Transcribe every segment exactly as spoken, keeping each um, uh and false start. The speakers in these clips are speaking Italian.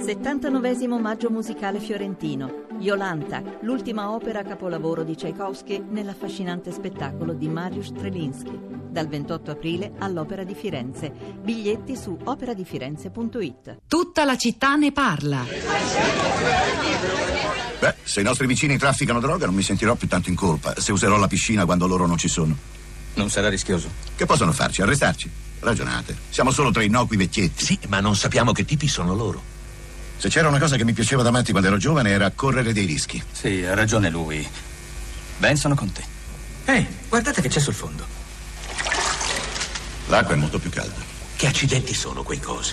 settantanovesimo Maggio musicale fiorentino. Iolanta, l'ultima opera capolavoro di Tchaikovsky nell'affascinante spettacolo di Mariusz Strelinski. Dal ventotto aprile all'Opera di Firenze. Biglietti su opera di firenze punto it. Tutta la città ne parla. Beh, se i nostri vicini trafficano droga non mi sentirò più tanto in colpa se userò la piscina quando loro non ci sono. Non sarà rischioso? Che possono farci? Arrestarci? Ragionate. Siamo solo tre innocui vecchietti. Sì, ma non sappiamo che tipi sono loro. Se c'era una cosa che mi piaceva da matti quando ero giovane era correre dei rischi. Sì, ha ragione lui. Ben, sono con te. Ehi, guardate che c'è sul fondo. L'acqua è molto più calda. Che accidenti sono quei cosi?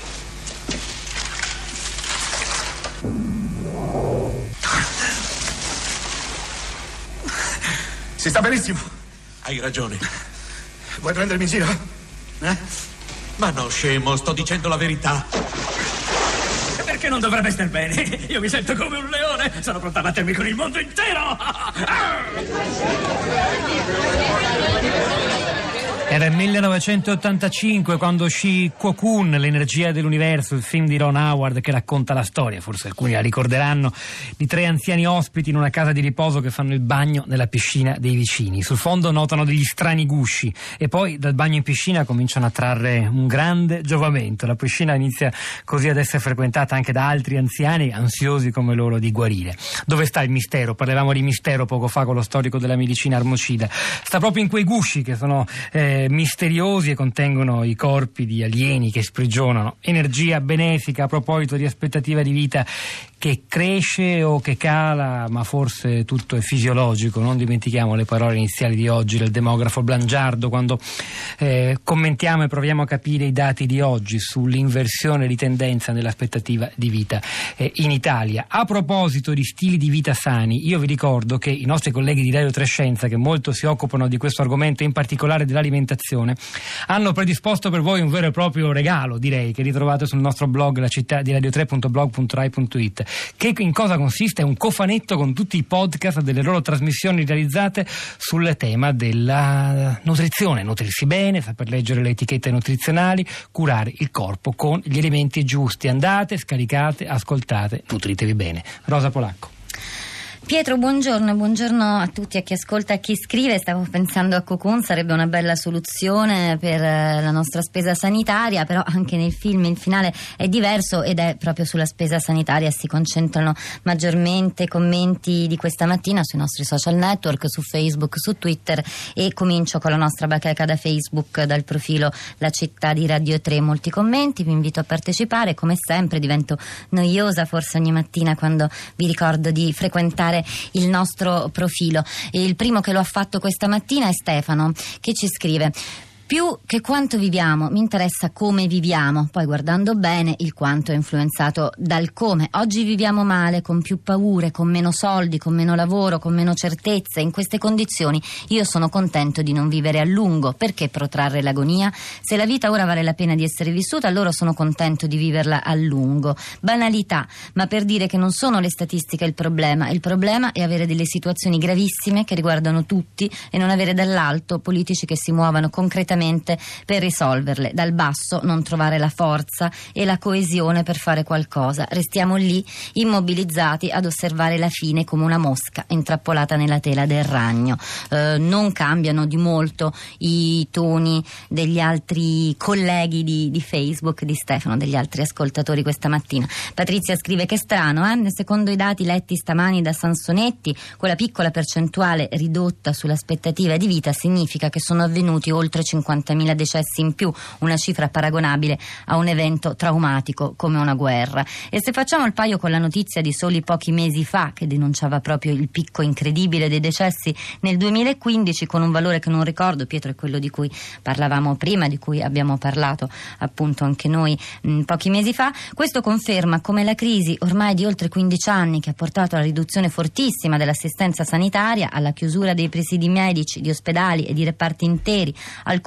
Si sta benissimo. Hai ragione. Vuoi prendermi in giro? Eh? Ma no, scemo, sto dicendo la verità. Perché non dovrebbe star bene? Io mi sento come un leone. Sono pronto a battermi con il mondo intero. Era il millenovecentottantacinque quando uscì Cocoon, l'energia dell'universo, il film di Ron Howard che racconta la storia, forse alcuni la ricorderanno, di tre anziani ospiti in una casa di riposo che fanno il bagno nella piscina dei vicini. Sul fondo notano degli strani gusci e poi dal bagno in piscina cominciano a trarre un grande giovamento. La piscina inizia così ad essere frequentata anche da altri anziani ansiosi come loro di guarire. Dove sta il mistero? Parlavamo di mistero poco fa con lo storico della medicina Armocida. Sta proprio in quei gusci che sono eh, misteriosi e contengono i corpi di alieni che sprigionano energia benefica a proposito di aspettativa di vita che cresce o che cala, ma forse tutto è fisiologico. Non dimentichiamo le parole iniziali di oggi del demografo Blangiardo quando eh, commentiamo e proviamo a capire i dati di oggi sull'inversione di tendenza nell'aspettativa di vita eh, in Italia. A proposito di stili di vita sani, io vi ricordo che i nostri colleghi di Radio tre Scienza, che molto si occupano di questo argomento, in particolare dell'alimentazione, hanno predisposto per voi un vero e proprio regalo, direi, che ritrovate sul nostro blog, la città di radio tre punto blog punto rai punto it. Che in cosa consiste? È un cofanetto con tutti i podcast delle loro trasmissioni realizzate sul tema della nutrizione, nutrirsi bene, saper leggere le etichette nutrizionali, curare il corpo con gli elementi giusti. Andate, scaricate, ascoltate, nutritevi bene. Rosa Polacco. Pietro, buongiorno, buongiorno a tutti, a chi ascolta e a chi scrive. Stavo pensando a Cocoon, sarebbe una bella soluzione per la nostra spesa sanitaria, però anche nel film il finale è diverso ed è proprio sulla spesa sanitaria si concentrano maggiormente commenti di questa mattina sui nostri social network, su Facebook, su Twitter, e comincio con la nostra bacheca da Facebook, dal profilo La Città di Radio tre. Molti commenti, vi invito a partecipare. Come sempre divento noiosa forse ogni mattina quando vi ricordo di frequentare il nostro profilo. E il primo che lo ha fatto questa mattina è Stefano, che ci scrive: più che quanto viviamo, mi interessa come viviamo, poi guardando bene il quanto è influenzato dal come. Oggi viviamo male, con più paure, con meno soldi, con meno lavoro, con meno certezze. In queste condizioni io sono contento di non vivere a lungo. Perché protrarre l'agonia? Se la vita ora vale la pena di essere vissuta, allora sono contento di viverla a lungo. Banalità, ma per dire che non sono le statistiche il problema. Il problema è avere delle situazioni gravissime che riguardano tutti e non avere dall'alto politici che si muovano concretamente per risolverle, dal basso non trovare la forza e la coesione per fare qualcosa. Restiamo lì immobilizzati ad osservare la fine come una mosca intrappolata nella tela del ragno. Eh, non cambiano di molto i toni degli altri colleghi di, di Facebook, di Stefano, degli altri ascoltatori questa mattina. Patrizia scrive: che strano, eh? Secondo i dati letti stamani da Sansonetti, quella piccola percentuale ridotta sull'aspettativa di vita significa che sono avvenuti oltre cinquantamila decessi in più, una cifra paragonabile a un evento traumatico come una guerra. E se facciamo il paio con la notizia di soli pochi mesi fa, che denunciava proprio il picco incredibile dei decessi nel duemilaquindici, con un valore che non ricordo, Pietro, è quello di cui parlavamo prima, di cui abbiamo parlato appunto anche noi mh, pochi mesi fa, questo conferma come la crisi ormai di oltre quindici anni, che ha portato alla riduzione fortissima dell'assistenza sanitaria, alla chiusura dei presidi medici, di ospedali e di reparti interi, al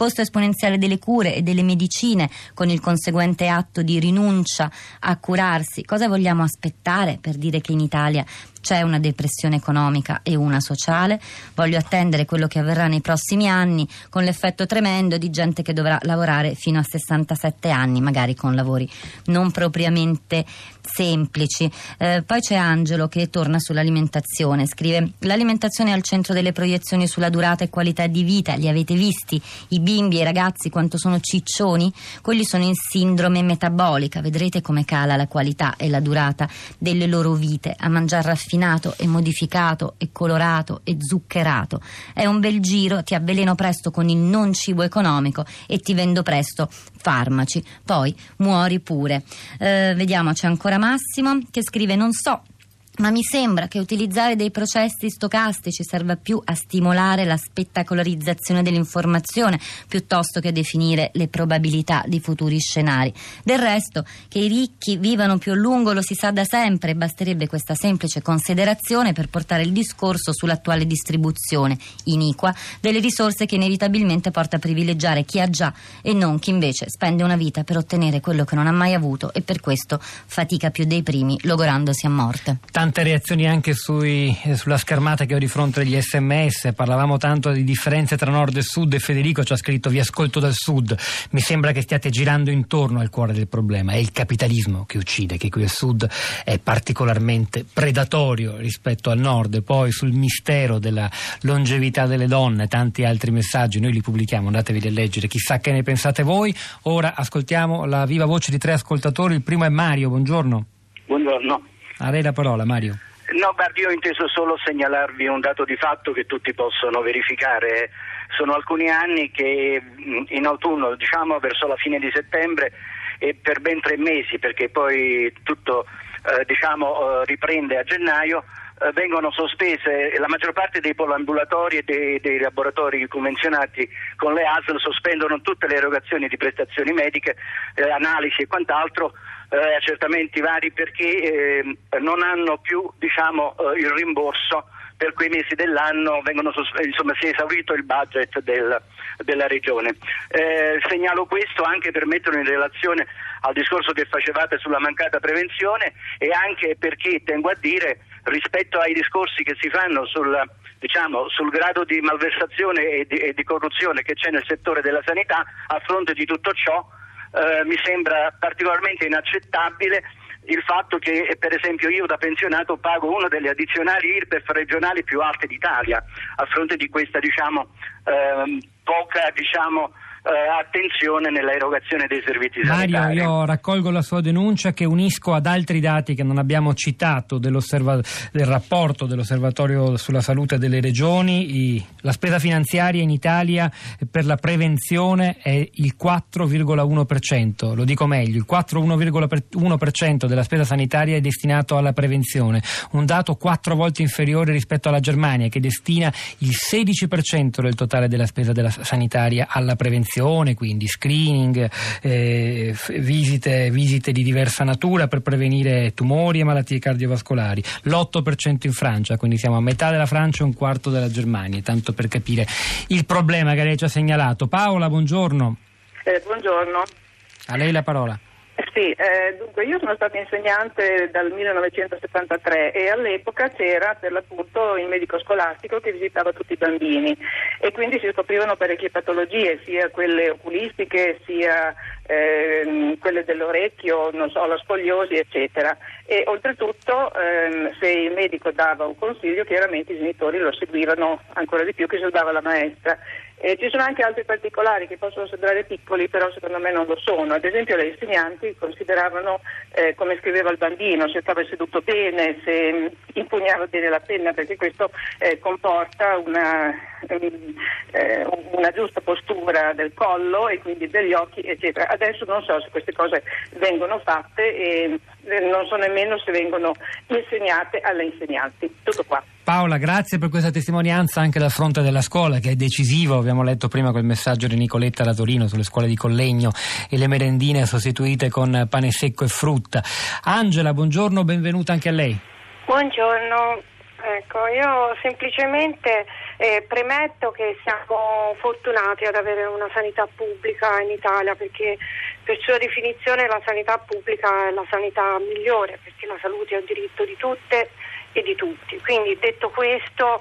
costo esponenziale delle cure e delle medicine, con il conseguente atto di rinuncia a curarsi. Cosa vogliamo aspettare per dire che in Italia c'è una depressione economica e una sociale? Voglio attendere quello che avverrà nei prossimi anni, con l'effetto tremendo di gente che dovrà lavorare fino a sessantasette anni, magari con lavori non propriamente semplici. Eh, poi c'è Angelo che torna sull'alimentazione, scrive: l'alimentazione è al centro delle proiezioni sulla durata e qualità di vita. Li avete visti i bimbi e i ragazzi quanto sono ciccioni? Quelli sono in sindrome metabolica, vedrete come cala la qualità e la durata delle loro vite a mangiare raffinato e modificato e colorato e zuccherato. È un bel giro, ti avveleno presto con il non cibo economico e ti vendo presto farmaci, poi muori pure. Eh, vediamo, c'è ancora Massimo che scrive: non so, ma mi sembra che utilizzare dei processi stocastici serva più a stimolare la spettacolarizzazione dell'informazione piuttosto che a definire le probabilità di futuri scenari. Del resto, che i ricchi vivano più a lungo lo si sa da sempre, basterebbe questa semplice considerazione per portare il discorso sull'attuale distribuzione iniqua delle risorse che inevitabilmente porta a privilegiare chi ha già e non chi invece spende una vita per ottenere quello che non ha mai avuto e per questo fatica più dei primi, logorandosi a morte. Tante reazioni anche sui, sulla schermata che ho di fronte agli sms. Parlavamo tanto di differenze tra nord e sud e Federico ci ha scritto: vi ascolto dal sud, mi sembra che stiate girando intorno al cuore del problema. È il capitalismo che uccide, che qui al sud è particolarmente predatorio rispetto al nord. E poi sul mistero della longevità delle donne tanti altri messaggi, noi li pubblichiamo, andatevi a leggere, chissà che ne pensate voi. Ora ascoltiamo la viva voce di tre ascoltatori. Il primo è Mario, buongiorno. Buongiorno. A lei la parola, Mario. No, guardi, io ho inteso solo segnalarvi un dato di fatto che tutti possono verificare. Sono alcuni anni che in autunno, diciamo verso la fine di settembre, e per ben tre mesi, perché poi tutto eh, diciamo eh, riprende a gennaio, eh, vengono sospese la maggior parte dei poliambulatori e dei, dei laboratori convenzionati con le A S L, sospendono tutte le erogazioni di prestazioni mediche, eh, analisi e quant'altro, eh, accertamenti vari, perché eh, non hanno più diciamo eh, il rimborso per quei mesi dell'anno, vengono sos- insomma si è esaurito il budget del, della regione. Eh, segnalo questo anche per metterlo in relazione al discorso che facevate sulla mancata prevenzione, e anche perché tengo a dire, rispetto ai discorsi che si fanno sul, diciamo, sul grado di malversazione e di, e di corruzione che c'è nel settore della sanità, a fronte di tutto ciò eh, mi sembra particolarmente inaccettabile il fatto che, per esempio, io da pensionato pago uno delle addizionali I R P E F regionali più alte d'Italia, a fronte di questa diciamo ehm, poca diciamo eh, attenzione nella erogazione dei servizi sanitari. Mario, io raccolgo la sua denuncia, che unisco ad altri dati che non abbiamo citato dell'osserva- del rapporto dell'Osservatorio sulla salute delle regioni. I, la spesa finanziaria in Italia per la prevenzione è il quattro virgola uno per cento, lo dico meglio, il quattro virgola uno per cento della spesa sanitaria è destinato alla prevenzione, un dato quattro volte inferiore rispetto alla Germania, che destina il sedici per cento del totale della spesa della sanitaria alla prevenzione, quindi screening, eh, visite, visite di diversa natura per prevenire tumori e malattie cardiovascolari, l'otto per cento in Francia, quindi siamo a metà della Francia e un quarto della Germania, tanto per capire il problema che lei ci ha segnalato. Paola, buongiorno. Eh, buongiorno. A lei la parola. Sì, eh, dunque io sono stata insegnante dal millenovecentosettantatré e all'epoca c'era per l'appunto il medico scolastico che visitava tutti i bambini e quindi si scoprivano parecchie patologie, sia quelle oculistiche sia eh, quelle dell'orecchio, non so, la scoliosi eccetera, e oltretutto ehm, se il medico dava un consiglio chiaramente i genitori lo seguivano ancora di più che se lo dava la maestra. E ci sono anche altri particolari che possono sembrare piccoli, però secondo me non lo sono. Ad esempio le insegnanti consideravano eh, come scriveva il bambino, se stava seduto bene, se impugnava bene la penna, perché questo eh, comporta una, eh, una giusta postura del collo e quindi degli occhi, eccetera. Adesso non so se queste cose vengono fatte e non so nemmeno se vengono insegnate alle insegnanti. Tutto qua. Paola, grazie per questa testimonianza anche dal fronte della scuola, che è decisivo. Abbiamo letto prima quel messaggio di Nicoletta da Torino sulle scuole di Collegno e le merendine sostituite con pane secco e frutta. Angela, buongiorno, benvenuta anche a lei. Buongiorno, ecco, io semplicemente Eh, premetto che siamo fortunati ad avere una sanità pubblica in Italia, perché per sua definizione la sanità pubblica è la sanità migliore, perché la salute è un diritto di tutte e di tutti. Quindi, detto questo,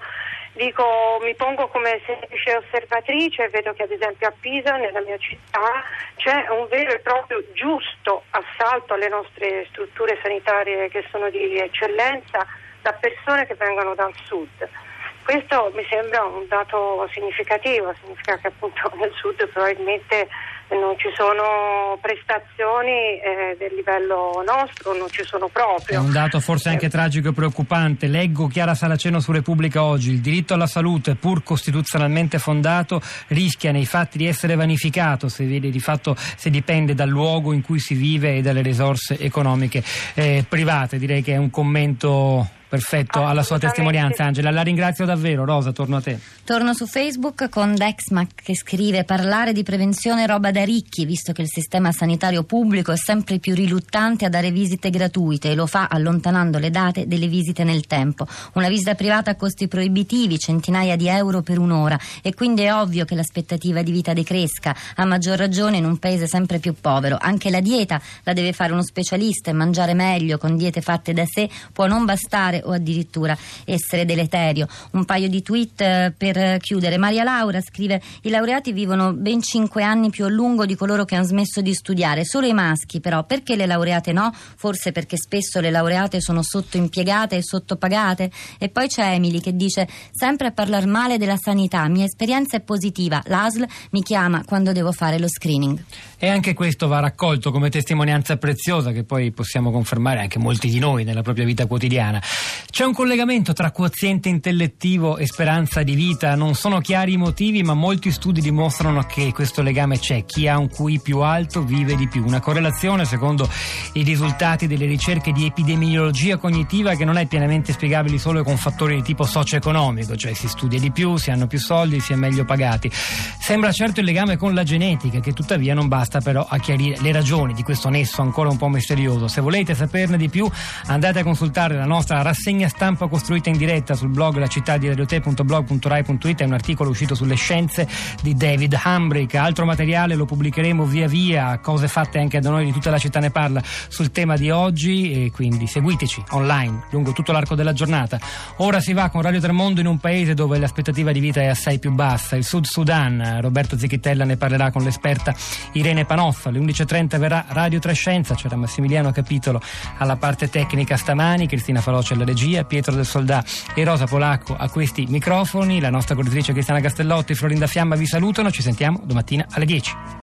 dico, mi pongo come semplice osservatrice e vedo che ad esempio a Pisa, nella mia città, c'è un vero e proprio giusto assalto alle nostre strutture sanitarie che sono di eccellenza da persone che vengono dal sud. Questo mi sembra un dato significativo, significa che appunto nel sud probabilmente non ci sono prestazioni eh, del livello nostro, non ci sono proprio. È un dato forse anche eh. tragico e preoccupante. Leggo Chiara Saraceno su Repubblica oggi: il diritto alla salute, pur costituzionalmente fondato, rischia nei fatti di essere vanificato se vede di fatto se dipende dal luogo in cui si vive e dalle risorse economiche eh, private. Direi che è un commento perfetto alla sua testimonianza. Angela, la ringrazio davvero. Rosa, torno a te. Torno su Facebook con Dexma che scrive: parlare di prevenzione è roba da ricchi, visto che il sistema sanitario pubblico è sempre più riluttante a dare visite gratuite e lo fa allontanando le date delle visite nel tempo. Una visita privata a costi proibitivi, centinaia di euro per un'ora, e quindi è ovvio che l'aspettativa di vita decresca, a maggior ragione in un paese sempre più povero. Anche la dieta la deve fare uno specialista, e mangiare meglio con diete fatte da sé può non bastare o addirittura essere deleterio. Un paio di tweet eh, per chiudere. Maria Laura scrive: i laureati vivono ben cinque anni più a lungo di coloro che hanno smesso di studiare, solo i maschi però. Perché le laureate no? Forse perché spesso le laureate sono sottoimpiegate e sottopagate. E poi c'è Emily che dice: sempre a parlare male della sanità, mia esperienza è positiva, l'A S L mi chiama quando devo fare lo screening. E anche questo va raccolto come testimonianza preziosa che poi possiamo confermare anche molti di noi nella propria vita quotidiana. C'è un collegamento tra quoziente intellettivo e speranza di vita. Non sono chiari i motivi, ma molti studi dimostrano che questo legame c'è. Chi ha un Q I più alto vive di più. Una correlazione, secondo i risultati delle ricerche di epidemiologia cognitiva, che non è pienamente spiegabile solo con fattori di tipo socio-economico, cioè si studia di più, si hanno più soldi, si è meglio pagati. Sembra certo il legame con la genetica, che tuttavia non basta però a chiarire le ragioni di questo nesso ancora un po' misterioso. Se volete saperne di più, andate a consultare la nostra rassegna stampa costruita in diretta sul blog la città di radio te punto blog punto rai punto it. È un articolo uscito sulle scienze di David Hambrick. Altro materiale lo pubblicheremo via via, cose fatte anche da noi di Tutta la città ne parla sul tema di oggi, e quindi seguiteci online lungo tutto l'arco della giornata. Ora si va con Radio Tremondo in un paese dove l'aspettativa di vita è assai più bassa, il Sud Sudan. Roberto Zichitella ne parlerà con l'esperta Irene Panoffa. Alle undici e trenta verrà Radio Trescenza, c'era Massimiliano Capitolo alla parte tecnica stamani, Cristina Faloce alla regia, Pietro del Soldà e Rosa Polacco a questi microfoni. La nostra correttrice Cristiana Castellotti e Florinda Fiamma vi salutano, ci sentiamo domattina alle dieci.